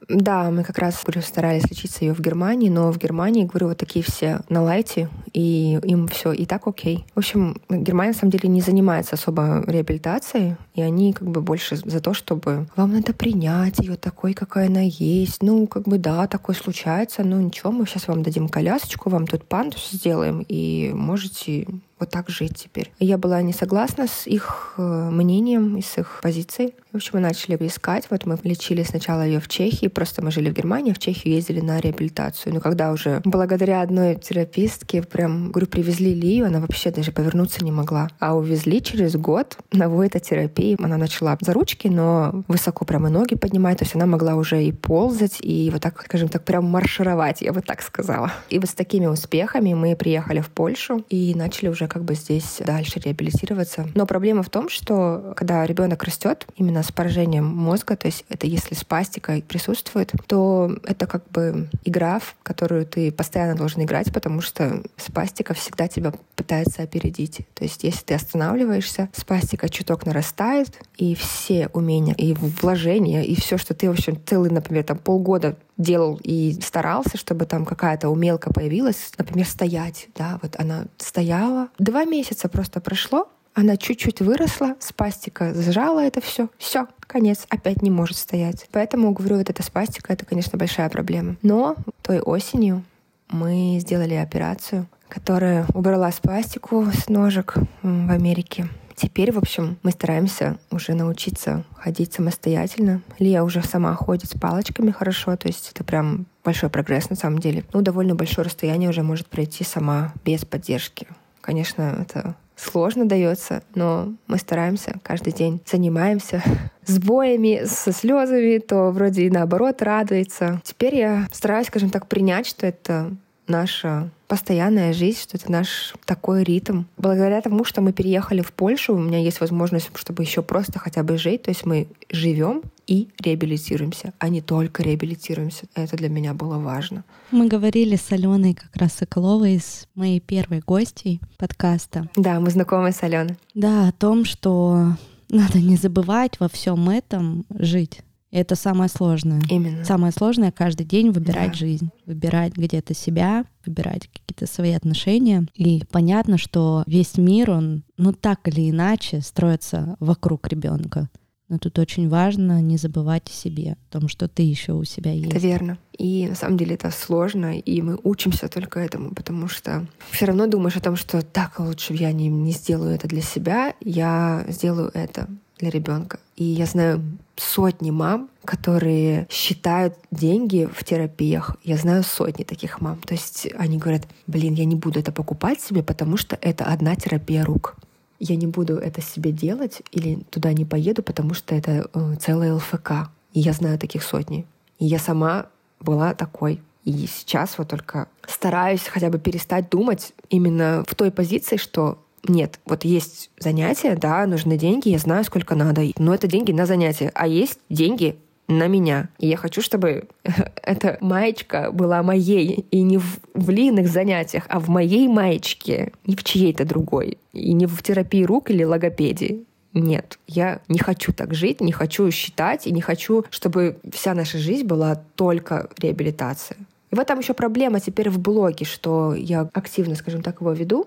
S3: Да, мы как раз, говорю, старались лечиться ее в Германии, но в Германии, говорю, вот такие все на лайте, и им все и так окей. В общем, Германия, на самом деле, не занимается особо реабилитацией, и они как бы больше за то, чтобы вам надо принять ее такой, какая она есть. Ну, как бы да, такое случается, но ничего, мы сейчас вам дадим колясочку, вам тут пандус сделаем, и можете вот так жить теперь. И я была не согласна с их мнением и с их позицией. В общем, мы начали искать. Вот мы лечили сначала ее в Чехии, просто мы жили в Германии, в Чехию ездили на реабилитацию. Но когда уже благодаря одной терапевтке прям, говорю, привезли Лию, она вообще даже повернуться не могла. А увезли через год на войта-терапии. Она начала за ручки, но высоко прямо ноги поднимать. То есть она могла уже и ползать, и вот так, скажем так, прям маршировать, я бы так сказала. И вот с такими успехами мы приехали в Польшу и начали уже как бы здесь дальше реабилитироваться. Но проблема в том, что когда ребенок растет именно с поражением мозга, то есть это если спастика присутствует, то это как бы игра, в которую ты постоянно должен играть, потому что спастика всегда тебя пытается опередить. То есть если ты останавливаешься, спастика чуток нарастает, и все умения, и вложения, и все, что ты, в общем, целый, например, там полгода делал и старался, чтобы там какая-то умелка появилась, например, стоять, да, вот она стояла. Два месяца просто прошло, она чуть-чуть выросла, спастика сжала это все, все, конец, опять не может стоять. Поэтому, говорю, вот эта спастика — это, конечно, большая проблема. Но той осенью мы сделали операцию, которая убрала спастику с ножек в Америке. Теперь, в общем, мы стараемся уже научиться ходить самостоятельно. Лия уже сама ходит с палочками хорошо, то есть это прям большой прогресс на самом деле. Ну, довольно большое расстояние уже может пройти сама, без поддержки. Конечно, это сложно дается, но мы стараемся каждый день, занимаемся с боями, со слезами, то вроде и наоборот радуется. Теперь я стараюсь, скажем так, принять, что это наша постоянная жизнь, что это наш такой ритм. Благодаря тому, что мы переехали в Польшу, у меня есть возможность, чтобы еще просто хотя бы жить. То есть мы живем и реабилитируемся, а не только реабилитируемся. Это для меня было важно.
S4: Мы говорили с Аленой как раз Соколовой, с моей первой гостьей подкаста.
S3: Да, мы знакомы с Аленой.
S4: Да, о том, что надо не забывать во всем этом жить. И это самое сложное.
S3: Именно. Самое
S4: сложное — каждый день выбирать
S3: да.
S4: жизнь, выбирать где-то себя, выбирать какие-то свои отношения. И понятно, что весь мир, он, ну так или иначе, строится вокруг ребенка. Но тут очень важно не забывать о себе, о том, что ты еще у себя есть.
S3: Это верно. И на самом деле это сложно, и мы учимся только этому, потому что все равно думаешь о том, что так лучше я не, не сделаю это для себя, я сделаю это для ребенка. И я знаю сотни мам, которые считают деньги в терапиях. Я знаю сотни таких мам. То есть они говорят: блин, я не буду это покупать себе, потому что это одна терапия рук. Я не буду это себе делать или туда не поеду, потому что это э, целая эл эф ка. И я знаю таких сотни. И я сама была такой. И сейчас вот только стараюсь хотя бы перестать думать именно в той позиции, что нет, вот есть занятия, да, нужны деньги, я знаю, сколько надо, но это деньги на занятия, а есть деньги на меня. И я хочу, чтобы эта маечка была моей, и не в, в Лииных занятиях, а в моей маечке, не в чьей-то другой, и не в терапии рук или логопедии. Нет, я не хочу так жить, не хочу считать, и не хочу, чтобы вся наша жизнь была только реабилитация. И в этом еще проблема теперь в блоге, что я активно, скажем так, его веду,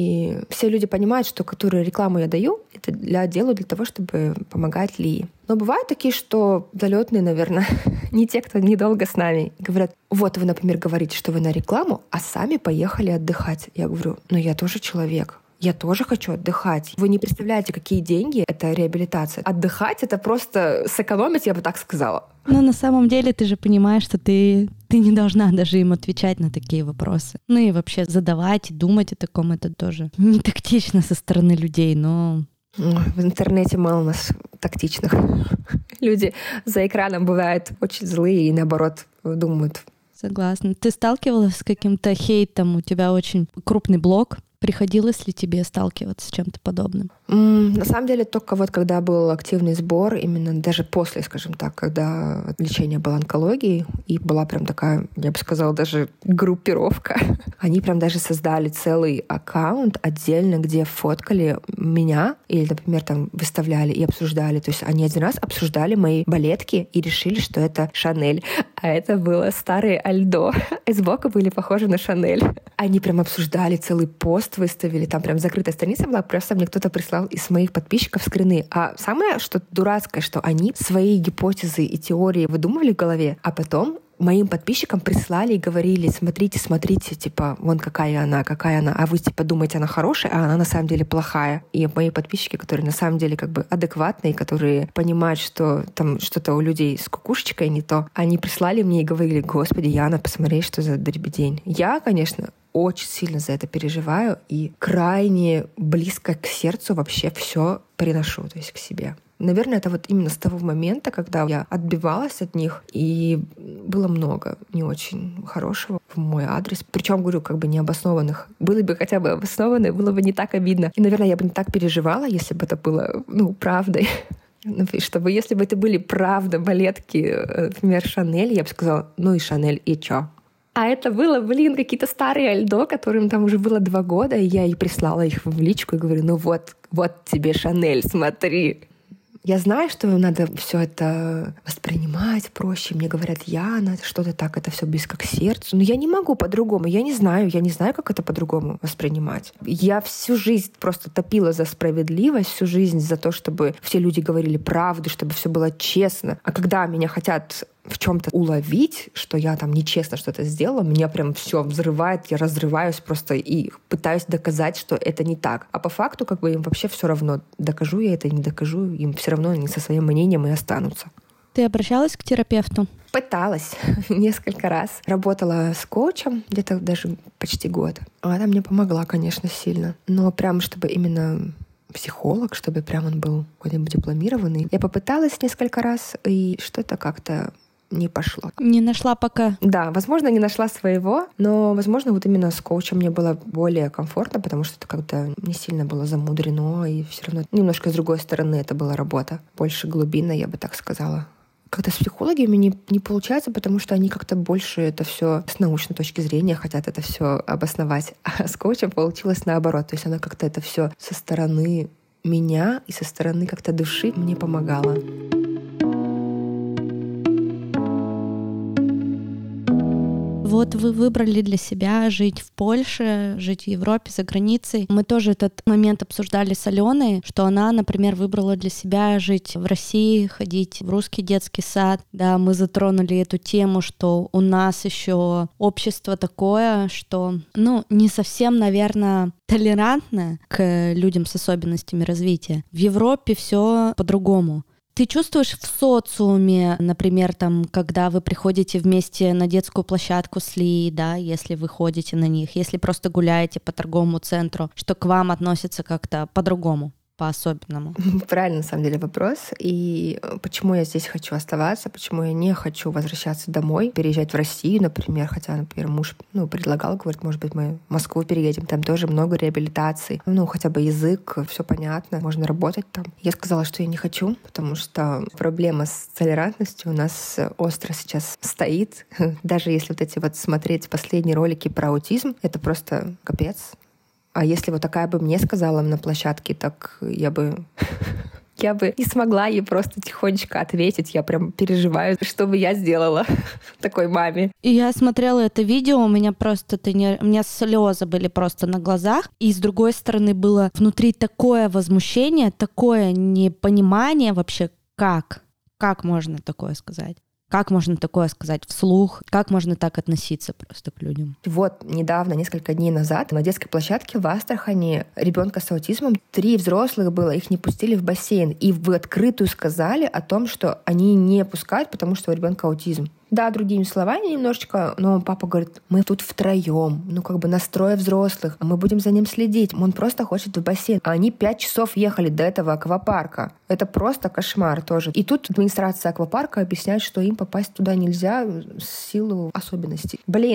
S3: и все люди понимают, что которую рекламу я даю, это для, делаю для того, чтобы помогать Лии. Но бывают такие, что залетные, наверное, не те, кто недолго с нами, говорят: вот вы, например, говорите, что вы на рекламу, а сами поехали отдыхать. Я говорю: ну я тоже человек. Я тоже хочу отдыхать. Вы не представляете, какие деньги — это реабилитация. Отдыхать — это просто сэкономить, я бы так сказала.
S4: Но на самом деле ты же понимаешь, что ты, ты не должна даже им отвечать на такие вопросы. Ну и вообще задавать и думать о таком — это тоже не тактично со стороны людей, но...
S3: В интернете мало у нас тактичных. Люди за экраном бывают очень злые и, наоборот, думают.
S4: Согласна. Ты сталкивалась с каким-то хейтом? У тебя очень крупный блог, Приходилось ли тебе сталкиваться с чем-то подобным?
S3: Mm, на самом деле, только вот когда был активный сбор, именно даже после, скажем так, когда лечение было онкологией, и была прям такая, я бы сказала, даже группировка, они прям даже создали целый аккаунт отдельно, где фоткали меня или, например, там выставляли и обсуждали. То есть они один раз обсуждали мои балетки и решили, что это Шанель. А это было старые Альдо. И сбоку были похожи на Шанель. Они прям обсуждали, целый пост выставили, там прям закрытая страница была, просто мне кто-то прислал из моих подписчиков скрины. А самое, что дурацкое, что они свои гипотезы и теории выдумывали в голове, а потом моим подписчикам прислали и говорили: смотрите, смотрите, типа, вон какая она, какая она, а вы, типа, думаете, она хорошая, а она на самом деле плохая. И мои подписчики, которые на самом деле как бы адекватные, которые понимают, что там что-то у людей с кукушечкой не то, они прислали мне и говорили: господи, Яна, посмотри, что за дребедень. Я, конечно, очень сильно за это переживаю и крайне близко к сердцу вообще все приношу, то есть к себе. Наверное, это вот именно с того момента, когда я отбивалась от них, и было много не очень хорошего в мой адрес. Причем, говорю, как бы необоснованных. Были бы хотя бы обоснованные, было бы не так обидно. И, наверное, я бы не так переживала, если бы это было, ну, правдой. Чтобы, если бы это были правда балетки, например, Шанель, я бы сказала: ну и Шанель, и чё? А это было, блин, какие-то старые Альдо, которым там уже было два года, и я ей прислала их в личку и говорю: ну вот, вот тебе Шанель, смотри. Я знаю, что надо все это воспринимать проще. Мне говорят: Яна, что-то так, это все близко к сердцу. Но я не могу по-другому. Я не знаю, я не знаю, как это по-другому воспринимать. Я всю жизнь просто топила за справедливость, всю жизнь за то, чтобы все люди говорили правду, чтобы все было честно. А когда меня хотят в чем-то уловить, что я там нечестно что-то сделала, меня прям все взрывает, я разрываюсь просто и пытаюсь доказать, что это не так. А по факту как бы им вообще все равно, докажу я это, не докажу, им все равно они со своим мнением и останутся.
S4: Ты обращалась к терапевту?
S3: Пыталась несколько раз. Работала с коучем где-то даже почти год. Она мне помогла, конечно, сильно. Но прям чтобы именно психолог, чтобы прям он был куда-нибудь дипломированный. Я попыталась несколько раз, и что-то как-то не пошло.
S4: Не нашла пока?
S3: Да, возможно, не нашла своего, но, возможно, вот именно с коучем мне было более комфортно, потому что это как-то не сильно было замудрено, и все равно немножко с другой стороны это была работа. Больше глубинная, я бы так сказала. Как-то с психологами не, не получается, потому что они как-то больше это все с научной точки зрения хотят это все обосновать. А с коучем получилось наоборот. То есть она как-то это все со стороны меня и со стороны как-то души мне помогала.
S4: Вот вы выбрали для себя жить в Польше, жить в Европе, за границей. Мы тоже этот момент обсуждали с Аленой, что она, например, выбрала для себя жить в России, ходить в русский детский сад. Да, мы затронули эту тему, что у нас еще общество такое, что, ну, не совсем, наверное, толерантное к людям с особенностями развития. В Европе все по-другому. Ты чувствуешь в социуме, например, там, когда вы приходите вместе на детскую площадку с Ли, да, если вы ходите на них, если просто гуляете по торговому центру, что к вам относятся как-то по-другому? По-особенному.
S3: Правильный, на самом деле, вопрос. И почему я здесь хочу оставаться, почему я не хочу возвращаться домой, переезжать в Россию, например, хотя, например, муж ну, предлагал, говорит, может быть, мы в Москву переедем, там тоже много реабилитаций, ну, хотя бы язык, все понятно, можно работать там. Я сказала, что я не хочу, потому что проблема с толерантностью у нас остро сейчас стоит. Даже если вот эти вот смотреть последние ролики про аутизм, это просто капец. А если вот такая бы мне сказала на площадке, так я бы... Я бы не смогла ей просто тихонечко ответить. Я прям переживаю, что бы я сделала такой маме.
S4: И я смотрела это видео, у меня просто... Ты не... У меня слезы были просто на глазах. И с другой стороны было внутри такое возмущение, такое непонимание вообще, как? Как можно такое сказать? Как можно такое сказать вслух? Как можно так относиться просто к людям?
S3: Вот недавно, несколько дней назад, на детской площадке в Астрахани ребенка с аутизмом, три взрослых было, их не пустили в бассейн. И в открытую сказали о том, что они не пускают, потому что у ребенка аутизм. Да, другими словами немножечко, но папа говорит, мы тут втроем, ну как бы настрое взрослых, мы будем за ним следить, он просто хочет в бассейн. А они пять часов ехали до этого аквапарка. Это просто кошмар тоже. И тут администрация аквапарка объясняет, что им попасть туда нельзя в силу особенностей. Блин,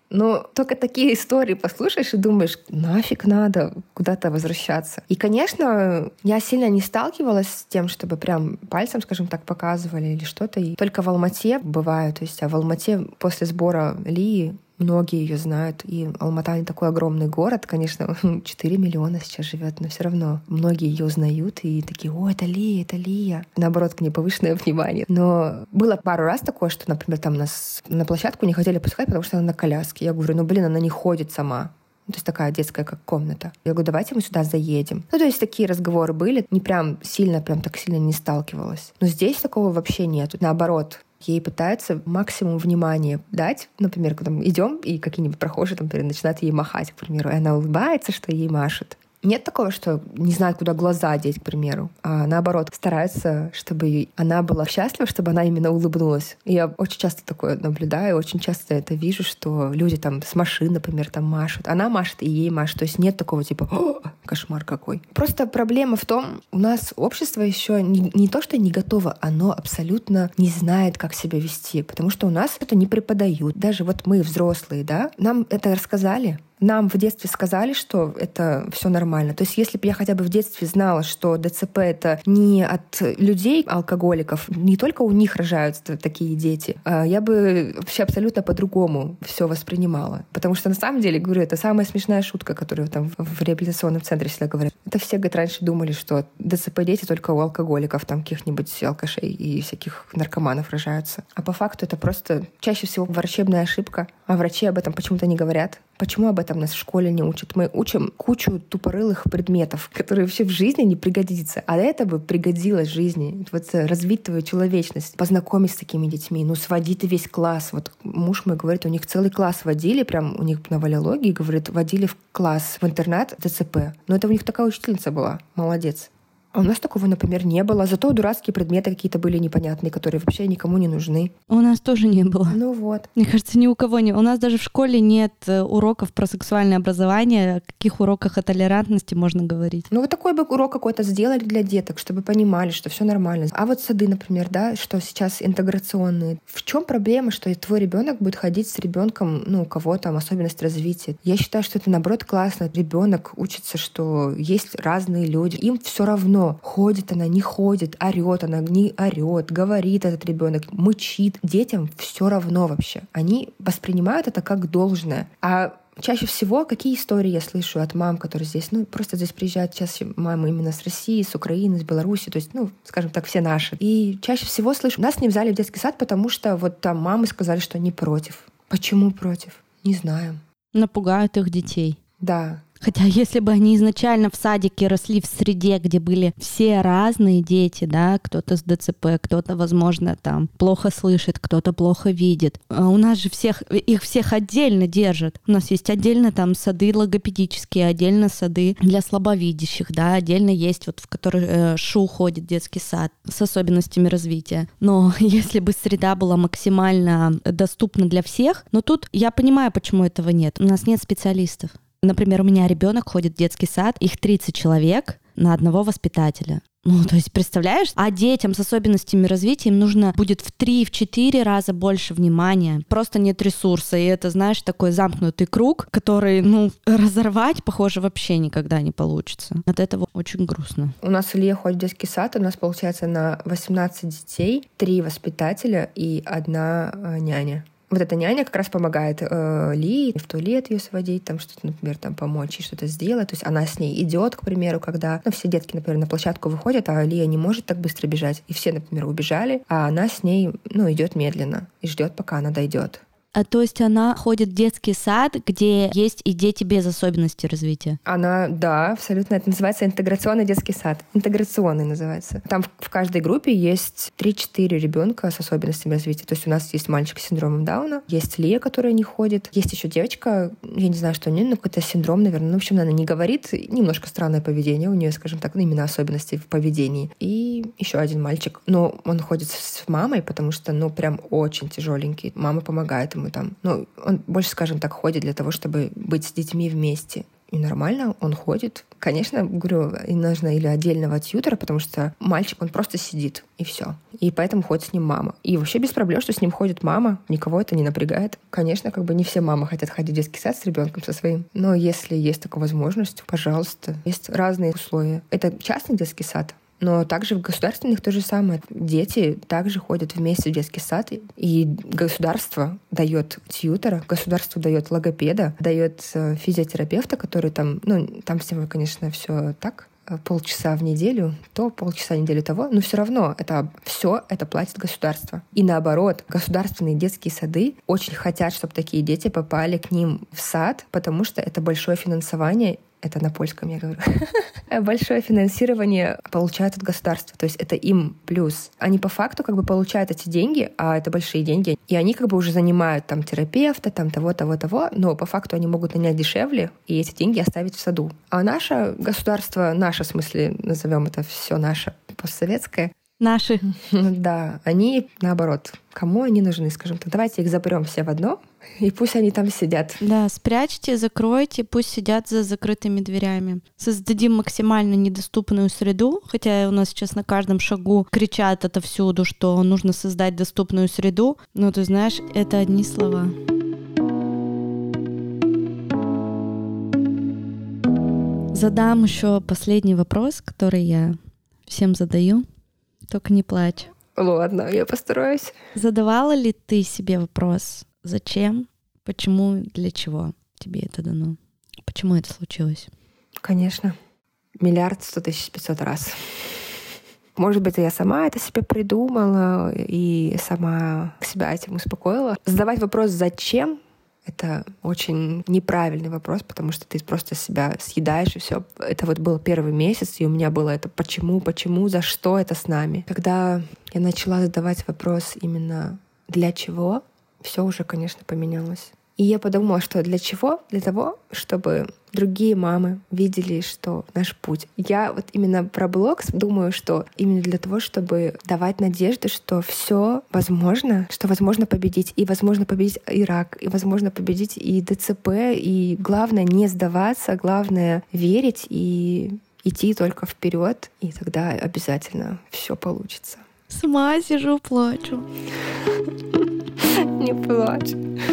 S3: Но только такие истории послушаешь и думаешь, нафиг надо куда-то возвращаться. И, конечно, я сильно не сталкивалась с тем, чтобы прям пальцем, скажем так, показывали или что-то. И только в Алмате бываю. То есть, а в Алмате после сбора Лии многие ее знают. И Алмата не такой огромный город, конечно, четыре миллиона сейчас живет, но все равно многие ее узнают и такие: о, это Лия, это Лия. Наоборот, к ней повышенное внимание. Но было пару раз такое, что, например, там нас на площадку не хотели пускать, потому что она на коляске. Я говорю, ну блин, она не ходит сама. Ну, то есть такая детская, как комната. Я говорю, давайте мы сюда заедем. Ну, то есть такие разговоры были. Не прям сильно, прям так сильно не сталкивалась. Но здесь такого вообще нет. Наоборот, ей пытаются максимум внимания дать. Например, когда мы идем, и какие-нибудь прохожие там начинают ей махать, к примеру, и она улыбается, что ей машет. Нет такого, что не знают, куда глаза деть, к примеру. А наоборот, стараются, чтобы она была счастлива, чтобы она именно улыбнулась. И я очень часто такое наблюдаю, очень часто это вижу, что люди там с машин, например, там машут. Она машет, и ей машет. То есть нет такого типа «О, кошмар какой». Просто проблема в том, у нас общество еще не, не то, что не готово, оно абсолютно не знает, как себя вести. Потому что у нас это не преподают. Даже вот мы, взрослые, да, нам это рассказали. Нам в детстве сказали, что это все нормально. То есть если бы я хотя бы в детстве знала, что ДЦП — это не от людей, алкоголиков, не только у них рожаются такие дети, я бы вообще абсолютно по-другому все воспринимала. Потому что на самом деле, говорю, это самая смешная шутка, которую там в реабилитационном центре всегда говорят. Это все, говорят, раньше думали, что ДЦП-дети только у алкоголиков, там каких-нибудь алкашей и всяких наркоманов рожаются. А по факту это просто чаще всего врачебная ошибка, а врачи об этом почему-то не говорят. Почему об этом нас в школе не учат? Мы учим кучу тупорылых предметов, которые вообще в жизни не пригодятся. А это бы пригодилось в жизни. Вот развить твою человечность, познакомить с такими детьми, ну сводить весь класс. Вот муж мой говорит, у них целый класс водили, прям у них на валиологии, говорит, водили в класс, в интернат ДЦП. Но это у них такая учительница была. Молодец. А у нас такого, например, не было. Зато дурацкие предметы какие-то были непонятные, которые вообще никому не нужны.
S4: У нас тоже не было.
S3: Ну вот.
S4: Мне кажется, ни у кого не. У нас даже в школе нет уроков про сексуальное образование. О каких уроках о толерантности можно говорить?
S3: Ну вот такой бы урок какой-то сделали для деток, чтобы понимали, что все нормально. А вот сады, например, да, что сейчас интеграционные. В чем проблема, что твой ребенок будет ходить с ребенком, ну, у кого там особенность развития? Я считаю, что это наоборот классно. Ребенок учится, что есть разные люди. Им все равно. Ходит она, не ходит, орет она, не орет, говорит этот ребенок, мычит. Детям все равно вообще. Они воспринимают это как должное. А чаще всего какие истории я слышу от мам, которые здесь, ну, просто здесь приезжают чаще мамы именно с России, с Украины, с Беларуси, то есть, ну, скажем так, все наши. И чаще всего слышу, нас не взяли в детский сад, потому что вот там мамы сказали, что они против. Почему против? Не знаю.
S4: Напугают их детей.
S3: Да.
S4: Хотя если бы они изначально в садике росли в среде, где были все разные дети, да, кто-то с ДЦП, кто-то, возможно, там плохо слышит, кто-то плохо видит. А у нас же всех, их всех отдельно держат. У нас есть отдельно там сады логопедические, отдельно сады для слабовидящих, да, отдельно есть вот в который э, ШУ ходит детский сад с особенностями развития. Но если бы среда была максимально доступна для всех, но тут я понимаю, почему этого нет. У нас нет специалистов. Например, у меня ребенок ходит в детский сад, их тридцать человек на одного воспитателя. Ну, то есть, представляешь, а детям с особенностями развития им нужно будет в три-четыре раза больше внимания. Просто нет ресурса, и это, знаешь, такой замкнутый круг, который, ну, разорвать, похоже, вообще никогда не получится. От этого очень грустно.
S3: У нас Илья ходит в детский сад, у нас, получается, на восемнадцать детей, три воспитателя и одна э, няня. Вот эта няня как раз помогает э, Ли в туалет ее сводить, там что-то, например, там помочь ей что-то сделать. То есть она с ней идет, к примеру, когда ну, все детки, например, на площадку выходят, а Лия не может так быстро бежать. И все, например, убежали, а она с ней ну, идет медленно и ждет, пока она дойдет.
S4: А то есть она ходит в детский сад, где есть и дети без особенностей развития?
S3: Она, да, абсолютно. Это называется интеграционный детский сад. Интеграционный называется. Там в каждой группе есть три-четыре ребенка с особенностями развития. То есть у нас есть мальчик с синдромом Дауна, есть Лия, которая не ходит, есть еще девочка, я не знаю, что у нее, но какой-то синдром, наверное. Ну, в общем, она не говорит, немножко странное поведение у нее, скажем так, именно особенности в поведении. И еще один мальчик. Но он ходит с мамой, потому что, ну, прям очень тяжеленький. Мама помогает ему там. Ну, он больше, скажем так, ходит для того, чтобы быть с детьми вместе. И нормально, он ходит. Конечно, говорю, им нужно или отдельного тьютера, потому что мальчик, он просто сидит, и все. И поэтому ходит с ним мама. И вообще без проблем, что с ним ходит мама, никого это не напрягает. Конечно, как бы не все мамы хотят ходить в детский сад с ребенком со своим. Но если есть такая возможность, пожалуйста. Есть разные условия. Это частный детский сад. Но также в государственных то же самое. Дети также ходят вместе в детский сад, и государство дает тьютера, государство дает логопеда, дает физиотерапевта, который там, ну, там с ним, конечно, все так, полчаса в неделю, то полчаса в неделю того, но все равно это все это платит государство. И наоборот, государственные детские сады очень хотят, чтобы такие дети попали к ним в сад, потому что это большое финансование. Это на польском я говорю. Большое финансирование получают от государства. То есть это им плюс. Они по факту как бы получают эти деньги, а это большие деньги, и они как бы уже занимают там терапевта, там того, того, того, но по факту они могут нанять дешевле и эти деньги оставить в саду. А наше государство, наше, в смысле, назовем это все наше, постсоветское,
S4: Наши.
S3: Да, они наоборот. Кому они нужны, скажем так? Давайте их запрем все в одно, и пусть они там сидят.
S4: Да, спрячьте, закройте, пусть сидят за закрытыми дверями. Создадим максимально недоступную среду, хотя у нас сейчас на каждом шагу кричат отовсюду, что нужно создать доступную среду. Но ты знаешь, это одни слова. Задам еще последний вопрос, который я всем задаю. Только не плачь.
S3: Ладно, я постараюсь.
S4: Задавала ли ты себе вопрос, зачем, почему, для чего тебе это дано? Почему это случилось?
S3: Конечно. Миллиард сто тысяч пятьсот раз. Может быть, я сама это себе придумала и сама себя этим успокоила. Задавать вопрос «зачем?» — это очень неправильный вопрос, потому что ты просто себя съедаешь, и все. Это вот был первый месяц, и у меня было это «почему?», «почему?», «за что это с нами?». Когда я начала задавать вопрос именно «для чего?», все уже, конечно, поменялось. И я подумала, что для чего? Для того, чтобы другие мамы видели, что наш путь. Я вот именно про блог думаю, что именно для того, чтобы давать надежду, что все возможно, что возможно победить. И возможно победить и рак, и возможно победить и ДЦП. И главное не сдаваться, главное верить и идти только вперед, и тогда обязательно все получится.
S4: Сама сижу, плачу.
S3: Не плачь.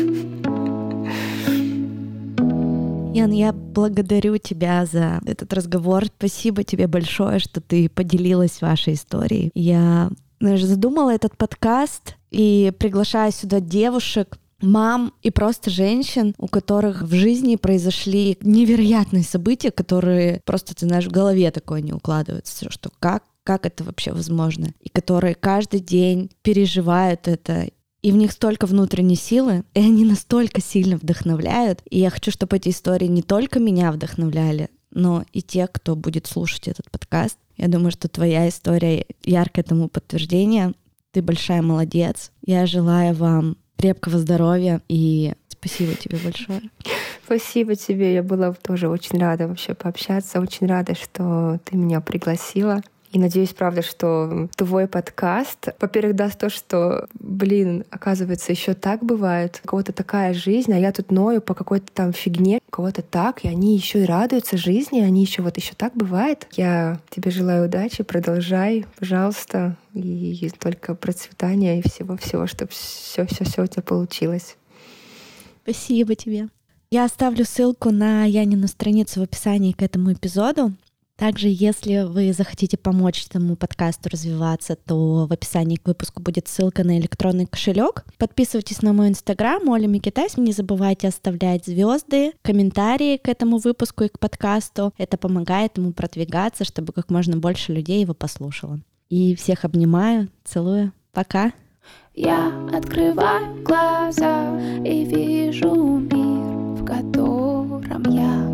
S4: Ян, я благодарю тебя за этот разговор. Спасибо тебе большое, что ты поделилась вашей историей. Я, знаешь, задумала этот подкаст и приглашаю сюда девушек, мам и просто женщин, у которых в жизни произошли невероятные события, которые просто, ты знаешь, в голове такое не укладывается, что как, как это вообще возможно, и которые каждый день переживают это. И в них столько внутренней силы, и они настолько сильно вдохновляют. И я хочу, чтобы эти истории не только меня вдохновляли, но и те, кто будет слушать этот подкаст. Я думаю, что твоя история яркое тому подтверждение. Ты большая молодец. Я желаю вам крепкого здоровья, и спасибо тебе большое.
S3: Спасибо тебе. Я была тоже очень рада вообще пообщаться. Очень рада, что ты меня пригласила. И надеюсь, правда, что твой подкаст, во-первых, даст то, что, блин, оказывается, еще так бывает. У кого-то такая жизнь, а я тут ною по какой-то там фигне. У кого-то так, и они еще и радуются жизни, они еще вот еще так бывает. Я тебе желаю удачи, продолжай, пожалуйста, и только процветания и всего-всего, чтобы все-все-все у тебя получилось.
S4: Спасибо тебе. Я оставлю ссылку на Янину страницу в описании к этому эпизоду. Также, если вы захотите помочь этому подкасту развиваться, то в описании к выпуску будет ссылка на электронный кошелек. Подписывайтесь на мой инстаграм Оля Микитась. Не забывайте оставлять звезды, комментарии к этому выпуску и к подкасту. Это помогает ему продвигаться, чтобы как можно больше людей его послушало. И всех обнимаю, целую. Пока.
S1: Я открываю глаза и вижу мир, в котором я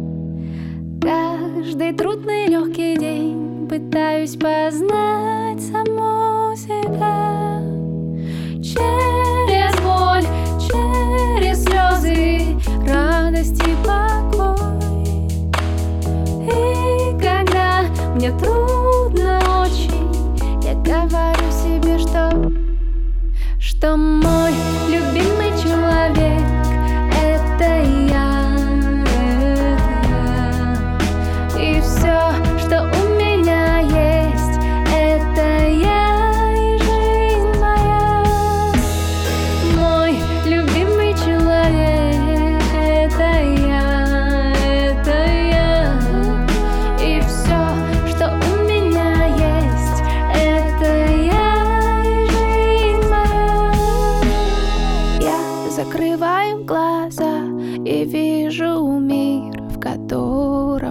S1: каждый трудный легкий день пытаюсь познать саму себя. Через боль, через слезы, радость и покой. И когда мне трудно очень, я говорю себе, что что мой любимый человек — это я, это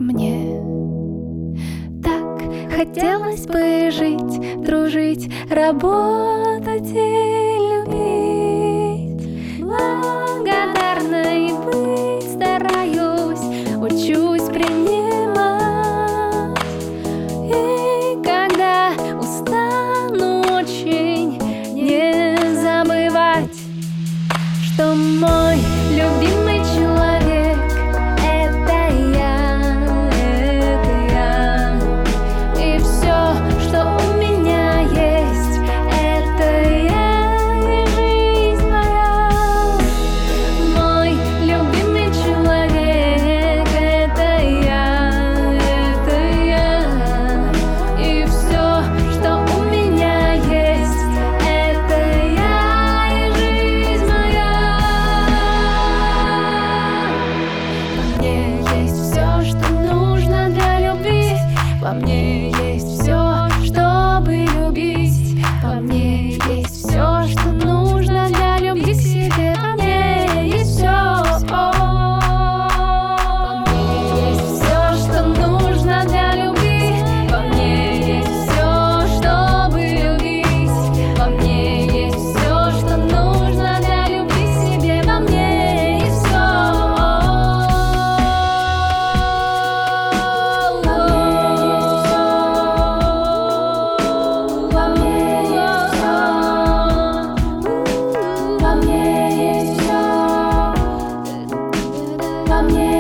S1: мне. Так хотелось бы жить, дружить, работать и любить. Благодарной быть стараюсь, учусь принимать. И когда устану очень, не забывать, что мой любимый человек — это я, это я. И все, что у меня есть, это я и жизнь моя. Мой любимый человек — это я, это я. И все, что у меня есть, это я и жизнь моя. Во мне есть все, что нужно для любви. Во мне есть все, чтобы любить. Во мне есть все, что нужно для любви к себе. Во мне есть все. Во мне есть все, что нужно для любви. Во мне есть все, чтобы любить. Во мне есть все, что нужно для любви к себе. Во мне есть все. Во мне есть все. Во мне есть все. Во мне